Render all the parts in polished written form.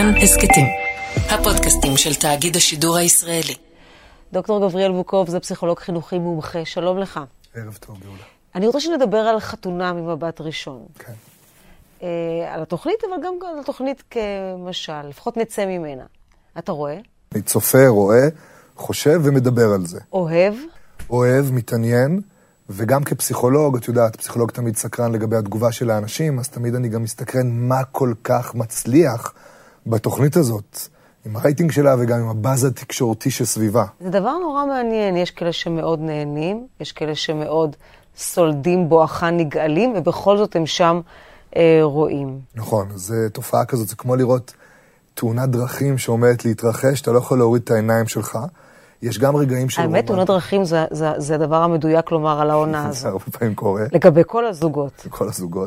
כאן הסקטים, הפודקאסטים של תאגיד השידור הישראלי. דוקטור גבריאל בוקוב, זה פסיכולוג חינוכי מומחה. שלום לך. ערב טוב, גאולה. אני רוצה שנדבר על חתונה ממבט ראשון. כן. על התוכנית, אבל גם על התוכנית כמשל. לפחות נצא ממנה. אתה רואה? אני צופה, רואה, חושב ומדבר על זה. אוהב? אוהב, מתעניין, וגם כפסיכולוג, את יודעת, פסיכולוג תמיד סקרן לגבי התגובה של האנשים, אז תמיד אני גם מסתקרן מה כל כך מצליח בתוכנית הזאת, עם הרייטינג שלה וגם עם הבאז התקשורתי שסביבה. זה דבר נורא מעניין. יש כאלה שמאוד נהנים, יש כאלה שמאוד סולדים בואכה נגאלים, ובכל זאת הם שם רואים. נכון, זו תופעה כזאת, זה כמו לראות תאונת דרכים להתרחש, אתה לא יכול להוריד את העיניים שלך. יש גם רגעים של האמת, תאונת דרכים זה הדבר המדויק לומר על העונה הזו. זה הרבה פעמים קורה. לגבי כל הזוגות. כל הזוגות.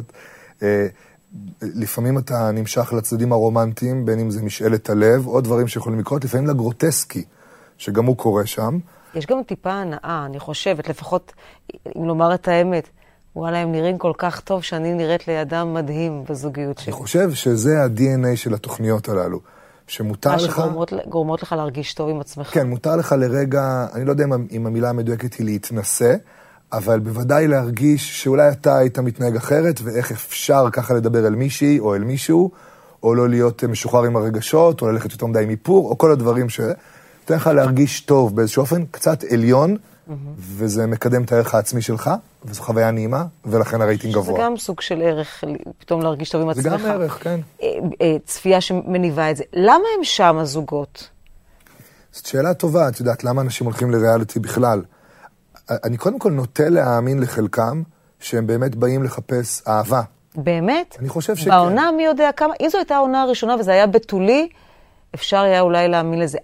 לפעמים אתה נמשך לצדדים הרומנטיים, בין אם זה משאלת הלב, או דברים שיכולים לקרות, לפעמים לגרוטסקי, שגם הוא קורה שם. יש גם טיפה הנאה, אני חושבת, לפחות אם לומר את האמת, וואלה, הם נראים כל כך טוב שאני נראית לידם מדהים בזוגיות שלי. אני חושב שזה ה-DNA של התוכניות הללו. שמותר לך... שגורמות לך להרגיש טוב עם עצמך. כן, מותר לך לרגע, אני לא יודע אם המילה המדויקת היא להתנסה, אבל בוודאי להרגיש שאולי אתה היית מתנהג אחרת, ואיך אפשר ככה לדבר אל מישהי או אל מישהו, או לא להיות משוחרר עם הרגשות, או ללכת יותר מדי עם איפור, או כל הדברים שתן לך להרגיש טוב באיזשהו אופן, קצת עליון, וזה מקדם את הערך העצמי שלך, וזו חוויה נעימה, ולכן הרייטינג גבוה. זה גם סוג של ערך, פתאום להרגיש טוב עם עצמך. זה גם ערך, כן. צפייה שמניבה את זה. למה הם שם הזוגות? זאת שאלה טובה, את יודעת, למה אנשים הולכים לריאליטי בכלל? אני קודם כל נוטה להאמין לחלקם, שהם באמת באים לחפש אהבה. באמת? אני חושב שכן. בעונה מי יודע כמה, אם זו הייתה העונה הראשונה וזה היה בתולי, אפשר היה אולי להאמין לזה.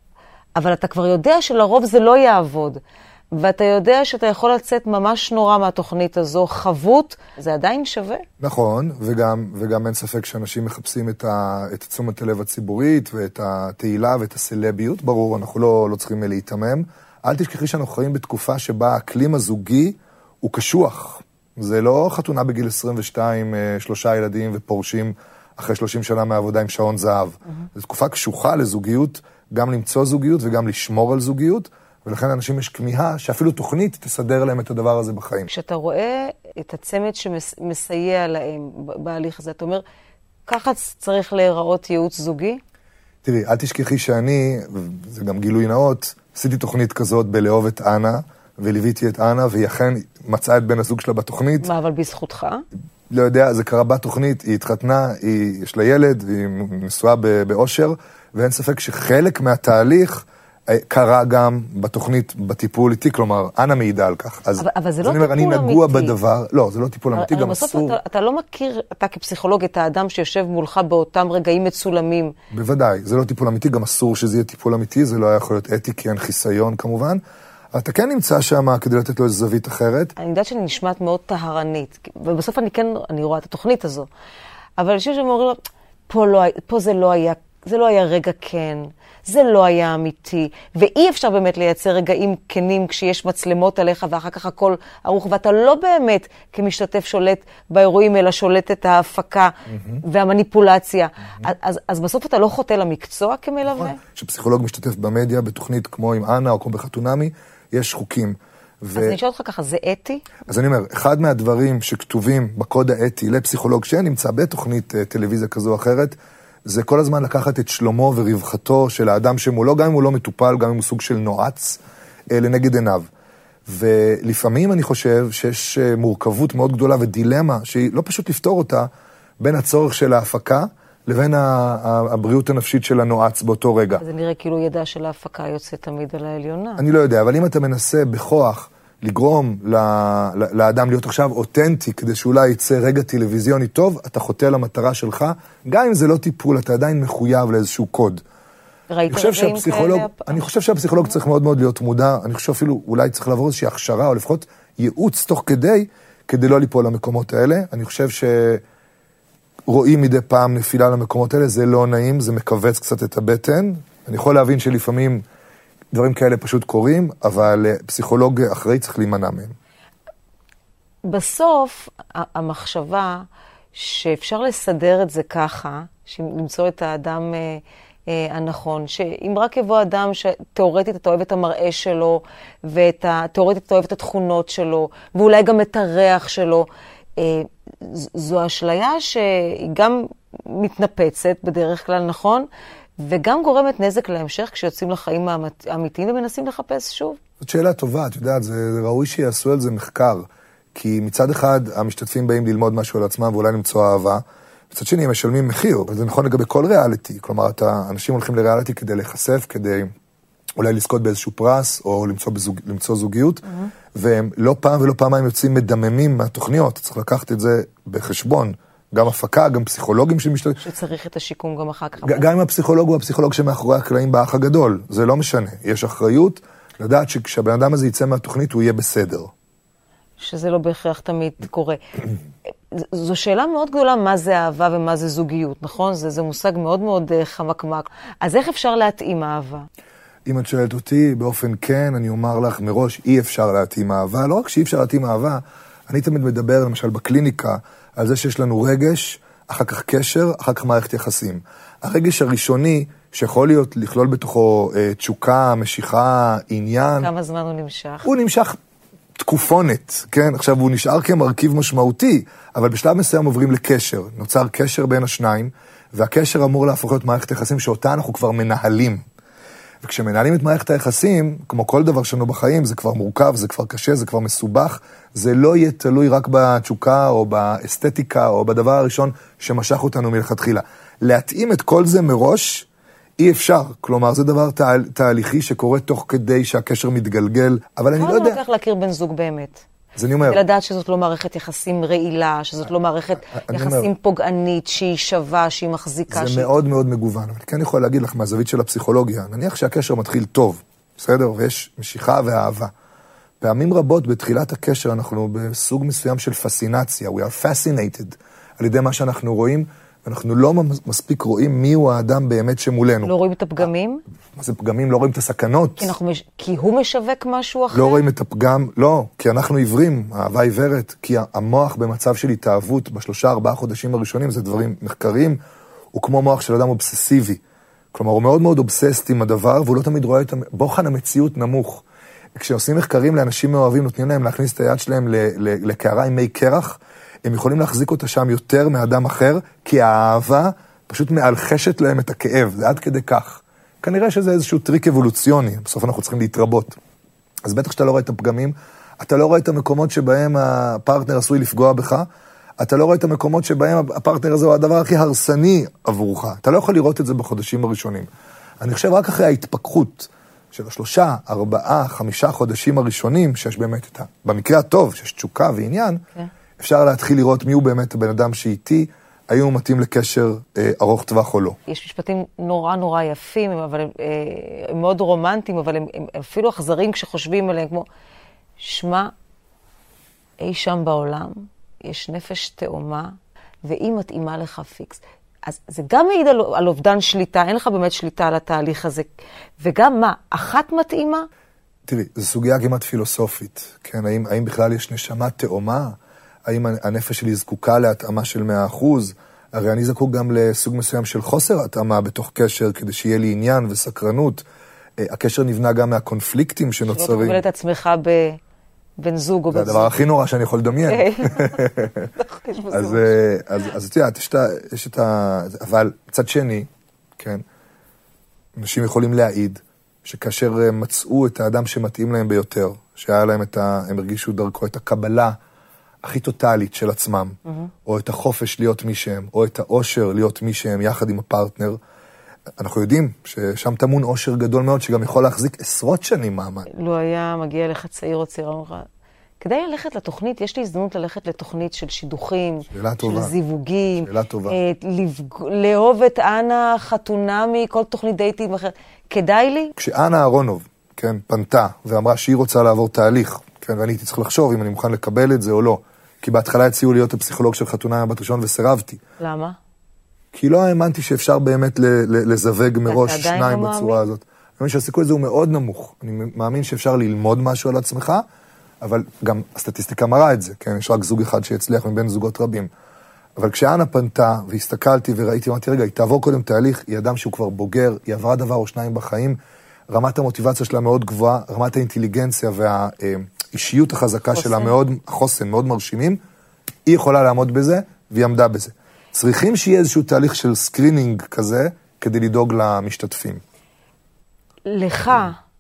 אבל אתה כבר יודע שלרוב זה לא יעבוד. ואתה יודע שאתה יכול לצאת ממש נורא מהתוכנית הזו, חבות, זה עדיין שווה. נכון, וגם אין ספק שאנשים מחפשים את תשומת הלב הציבורית, ואת התהילה ואת הסלביות, ברור, אנחנו לא צריכים להתאמם. אל תשכחי שאנחנו חיים בתקופה שבה האקלים הזוגי הוא קשוח. זה לא חתונה בגיל 22, 3 ילדים ופורשים אחרי 30 שנה מהעבודה עם שעון זהב. זו תקופה קשוחה לזוגיות, גם למצוא זוגיות וגם לשמור על זוגיות, ולכן אנשים יש כמיהה שאפילו תוכנית תסדר להם את הדבר הזה בחיים. כשאתה רואה את הצמד שמסייע להם בהליך הזה, אתה אומר, ככה צריך להיראות ייעוץ זוגי? תראי, אל תשכחי שאני, זה גם גילוי נאות, עשיתי תוכנית כזאת בלאהוב את אנה, וליוויתי את אנה, והיא אכן מצאה את בן הזוג שלה בתוכנית. מה, אבל בזכותך? לא יודע, זה קרה בתוכנית, היא התחתנה, יש לה ילד, והיא נשואה באושר, ואין ספק שחלק מהתהליך קרה גם בתוכנית, בטיפול איתי, כלומר, אנה מעידה על כך. אבל זה לא טיפול אמיתי. אני נגוע בדבר, לא, זה לא טיפול אמיתי, גם אסור. אתה לא מכיר, אתה כפסיכולוג, את האדם שיושב מולך באותם רגעים מצולמים. בוודאי, זה לא טיפול אמיתי, גם אסור שזה יהיה טיפול אמיתי, זה לא היה יכול להיות אתי, כי אין חיסיון כמובן. אתה כן נמצא שם כדי לתת לו איזו זווית אחרת. אני יודעת שאני נשמעת מאוד טהרנית, ובסוף אני רואה את התוכנית הזו. אבל אנשים שאומרים לו, פה זה לא היה רגע כן. זה לא היה אמיתי, ואי אפשר באמת לייצר רגעים כנים כשיש מצלמות עליך, ואחר כך הכל ערוך, ואתה לא באמת כמשתתף שולט באירועים, אלא שולט את ההפקה והמניפולציה. אז בסוף אתה לא חוטא למקצוע כמלווה? כשפסיכולוג משתתף במדיה, בתוכנית כמו עם אנה או כמו בחתונמי, יש חוקים. אז אני אשאל אותך ככה, זה אתי? אז אני אומר, אחד מהדברים שכתובים בקוד האתי לפסיכולוג שנמצא בתוכנית טלוויזיה כזו או אחרת, זה כל הזמן לקחת את שלומו ורווחתו של האדם שמולו, גם אם הוא לא מטופל, גם אם הוא סוג של נועץ, לנגד עיניו. ולפעמים אני חושב שיש מורכבות מאוד גדולה ודילמה, שהיא לא פשוט לפתור אותה, בין הצורך של ההפקה, לבין הבריאות הנפשית של הנועץ באותו רגע. זה נראה כאילו ידע של ההפקה יוצא תמיד על העליונה. אני לא יודע, אבל אם אתה מנסה בכוח לגרום לאדם להיות עכשיו אותנטי, כדי שאולי יצא רגע טלוויזיוני טוב, אתה חוטא למטרה שלך, גם אם זה לא טיפול, אתה עדיין מחויב לאיזשהו קוד. ראית רגעים כאלה? אני חושב שהפסיכולוג צריך מאוד מאוד להיות מודע, אני חושב אפילו אולי צריך לעבור איזושהי הכשרה, או לפחות ייעוץ תוך כדי לא ליפול למקומות האלה. אני חושב שרואים מדי פעם נפילה למקומות האלה, זה לא נעים, זה מקווץ קצת את הבטן. אני יכול להבין שלפעמים דברים כאלה פשוט קורים, אבל פסיכולוג אחראי צריך להימנע מהם. בסוף, המחשבה שאפשר לסדר את זה ככה, למצוא את האדם הנכון, שאם רק יבוא אדם שתיאורטית אתה אוהב את המראה שלו, ותיאורטית אתה אוהב את התכונות שלו, ואולי גם את הריח שלו, זו אשליה שהיא גם מתנפצת בדרך כלל, נכון? וגם גורמת נזק להמשך כשיוצאים לחיים האמיתיים ומנסים לחפש שוב. זאת שאלה טובה, את יודעת, זה ראוי שיעשו על זה מחקר, כי מצד אחד המשתתפים באים ללמוד משהו על עצמם ואולי למצוא אהבה, מצד שני הם משלמים מחיר, וזה נכון לגבי כל ריאליטי, כלומר אנשים הולכים לריאליטי כדי להיחשף, כדי אולי לזכות באיזשהו פרס או למצוא זוגיות, והם לא פעם ולא פעמיים יוצאים מדממים מהתוכניות, צריך לקחת את זה בחשבון, גם הפקה, גם פסיכולוגים שמשתתפים. שצריך את השיקום גם אחר כך. גם אם הפסיכולוג הוא הפסיכולוג שמאחורי הקלעים באח הגדול, זה לא משנה. יש אחריות לדעת שכשהבן אדם הזה יצא מהתוכנית הוא יהיה בסדר. שזה לא בהכרח תמיד קורה. זו שאלה מאוד גדולה מה זה אהבה ומה זה זוגיות, נכון? זה מושג מאוד מאוד חמקמק. אז איך אפשר להתאים אהבה? אם את שואלת אותי באופן כן, אני אומר לך מראש, אי אפשר להתאים אהבה. לא רק שאי אפשר להתאים אהבה, אני תמיד מדבר למשל בקליניקה, על זה שיש לנו רגש, אחר כך קשר, אחר כך מערכת יחסים. הרגש הראשוני, שיכול להיות לכלול בתוכו תשוקה, משיכה, עניין. כמה זמן הוא נמשך? הוא נמשך תקופונת, כן? עכשיו הוא נשאר כמרכיב משמעותי, אבל בשלב מסוים עוברים לקשר. נוצר קשר בין השניים, והקשר אמור להפוך להיות מערכת יחסים שאותה אנחנו כבר מנהלים. וכשמנהלים את מערכת היחסים, כמו כל דבר שלנו בחיים, זה כבר מורכב, זה כבר קשה, זה כבר מסובך, זה לא יהיה תלוי רק בתשוקה או באסתטיקה או בדבר הראשון שמשך אותנו מלכתחילה. להתאים את כל זה מראש, אי אפשר. כלומר, זה דבר תהליכי שקורה תוך כדי שהקשר מתגלגל, אבל אני לא יודע. כמה לוקח להכיר בן זוג באמת? אז אני אומר. לדעת שזאת לא מערכת יחסים רעילה, שזאת לא מערכת יחסים פוגענית, שהיא שווה, שהיא מחזיקה. זה מאוד מאוד מגוון, אבל אני כן יכול להגיד לך מהזווית של הפסיכולוגיה, נניח שהקשר מתחיל טוב, בסדר? ויש משיכה ואהבה. פעמים רבות בתחילת הקשר אנחנו בסוג מסוים של פסינציה, we are fascinated על ידי מה שאנחנו רואים, ואנחנו לא מספיק רואים מי הוא האדם באמת שמולנו. לא רואים את הפגמים? מה זה פגמים? לא רואים את הסכנות. כי הוא משווק משהו אחר? לא רואים את הפגם, לא, כי אנחנו עיוורים, אהבה עיוורת, כי המוח במצב של התאהבות ב3-4 חודשים הראשונים, זה דברים מחקריים, הוא כמו מוח של אדם אובססיבי. כלומר, הוא מאוד מאוד אובססט עם הדבר, והוא לא תמיד רואה את בוחן המציאות נמוך. כשעושים מחקרים לאנשים מאוהבים, נותנים להם להכניס את היד שלהם לקערה עם מי קרח, הם יכולים להחזיק אותה שם יותר מאדם אחר, כי האהבה פשוט מאלחשת להם את הכאב, זה עד כדי כך. כנראה שזה איזשהו טריק אבולוציוני, בסוף אנחנו צריכים להתרבות. אז בטח שאתה לא רואה את הפגמים, אתה לא רואה את המקומות שבהם הפרטנר עשוי לפגוע בך, אתה לא רואה את המקומות שבהם הפרטנר הזה הוא הדבר הכי הרסני עבורך. אתה לא יכול לראות את זה בחודשים הראשונים. אני חושב רק אחרי ההתפכחות של 3, 4, 5 חודשים הראשונים, שיש באמת במקרה הטוב, שיש תשוקה ועניין, אפשר להתחיל לראות מי הוא באמת הבן אדם שאיתי, האם הוא מתאים לקשר ארוך טווח או לא. יש משפטים נורא נורא יפים, אבל הם מאוד רומנטיים, אבל הם אפילו אכזרים כשחושבים עליהם, כמו, שמע, אי שם בעולם, יש נפש תאומה, והיא מתאימה לך פיקס. אז זה גם מעיד על אובדן שליטה, אין לך באמת שליטה על התהליך הזה. וגם מה, אחת מתאימה? תראי, זו סוגיה כמעט פילוסופית, כן? האם בכלל יש נשמה תאומה? האם הנפש שלי זקוקה להתאמה של 100%? הרי אני זקוק גם לסוג מסוים של חוסר התאמה בתוך קשר, כדי שיהיה לי עניין וסקרנות. הקשר נבנה גם מהקונפליקטים שנוצרים. שלא תקבל את עצמך בן זוג או בן זוג. זה הדבר הכי נורא שאני יכול לדמיין. אז את יודעת, יש את ה... אבל צד שני, כן, אנשים יכולים להעיד שכאשר מצאו את האדם שמתאים להם ביותר, שהיה להם הם הרגישו דרכו את הקבלה הכי טוטלית של עצמם, או את החופש להיות מי שהם, או את האושר להיות מי שהם יחד עם הפרטנר, אנחנו יודעים ששם טמון אושר גדול מאוד, שגם יכול להחזיק עשרות שנים מעמד. לא היה מגיע לך צעיר או צעירה ממך. כדי ללכת לתוכנית, יש לי הזדמנות ללכת לתוכנית של שידוכים, של זיווגים, לאהוב את אנה חתונמי, כל תוכנית דייטים אחרת. כדאי לי? כשאנה אהרונוב, כן, פנתה ואמרה שהיא רוצה לעבור תהליך, כן, ואני הייתי צריך לחשוב אם אני מוכן לקבל את זה או לא. כי בהתחלה הציעו להיות הפסיכולוג של חתונה בת ראשון וסירבתי. למה? כי לא האמנתי שאפשר באמת לזווג מראש שניים בצורה הזאת. אני מאמין שהסיכוי הזה הוא מאוד נמוך. אני מאמין שאפשר ללמוד משהו על עצמך, אבל גם הסטטיסטיקה מראה את זה, כן? יש רק זוג אחד שיצליח מבין זוגות רבים. אבל כשאנה פנתה והסתכלתי וראיתי, אמרתי, רגע, היא תעבור קודם תהליך, היא אדם שהוא כבר בוגר, היא עברה דבר או שניים בחיים, רמת המוטיבציה שלה מאוד גבוהה, רמת האינטליגנציה והאישיות החזקה שלה מאוד, החוסן מאוד מרשימים, היא יכולה לעמוד בזה, והיא עמדה בזה. צריכים שיהיה איזשהו תהליך של סקרינינג כזה, כדי לדאוג למשתתפים. לך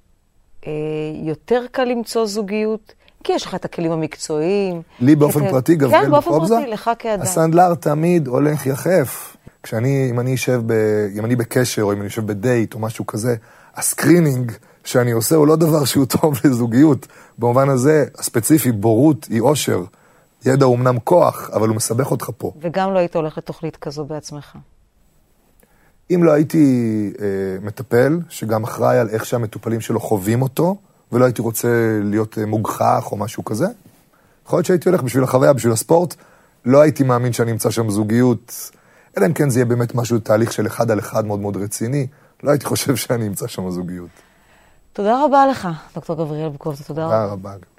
יותר קל למצוא זוגיות, כי יש לך את הכלים המקצועיים. לי באופן פרטי, גבריאל כן, באופן בחובזה? פרטי, לך כאדם. הסנדלר תמיד הולך יחף. אם אני בקשר, או אם אני יושב בדייט, או משהו כזה, הסקרינינג שאני עושה הוא לא דבר שהוא טוב לזוגיות. במובן הזה, הספציפי, בורות היא אושר. ידע הוא אמנם כוח, אבל הוא מסבך אותך פה. וגם לא היית הולך לתוכנית כזו בעצמך. אם לא הייתי מטפל, שגם אחראי על איך שהמטופלים שלו חווים אותו, ולא הייתי רוצה להיות מוגחך או משהו כזה, יכול להיות שהייתי הולך בשביל החוויה, בשביל הספורט, לא הייתי מאמין שאני אמצא שם זוגיות, אלא אם כן זה יהיה באמת משהו, תהליך של אחד על אחד מאוד מאוד רציני, לא הייתי חושב שאני אמצא שם זוגיות. תודה רבה לך, דוקטור גבריאל בוקובזה, תודה רבה. תודה רבה.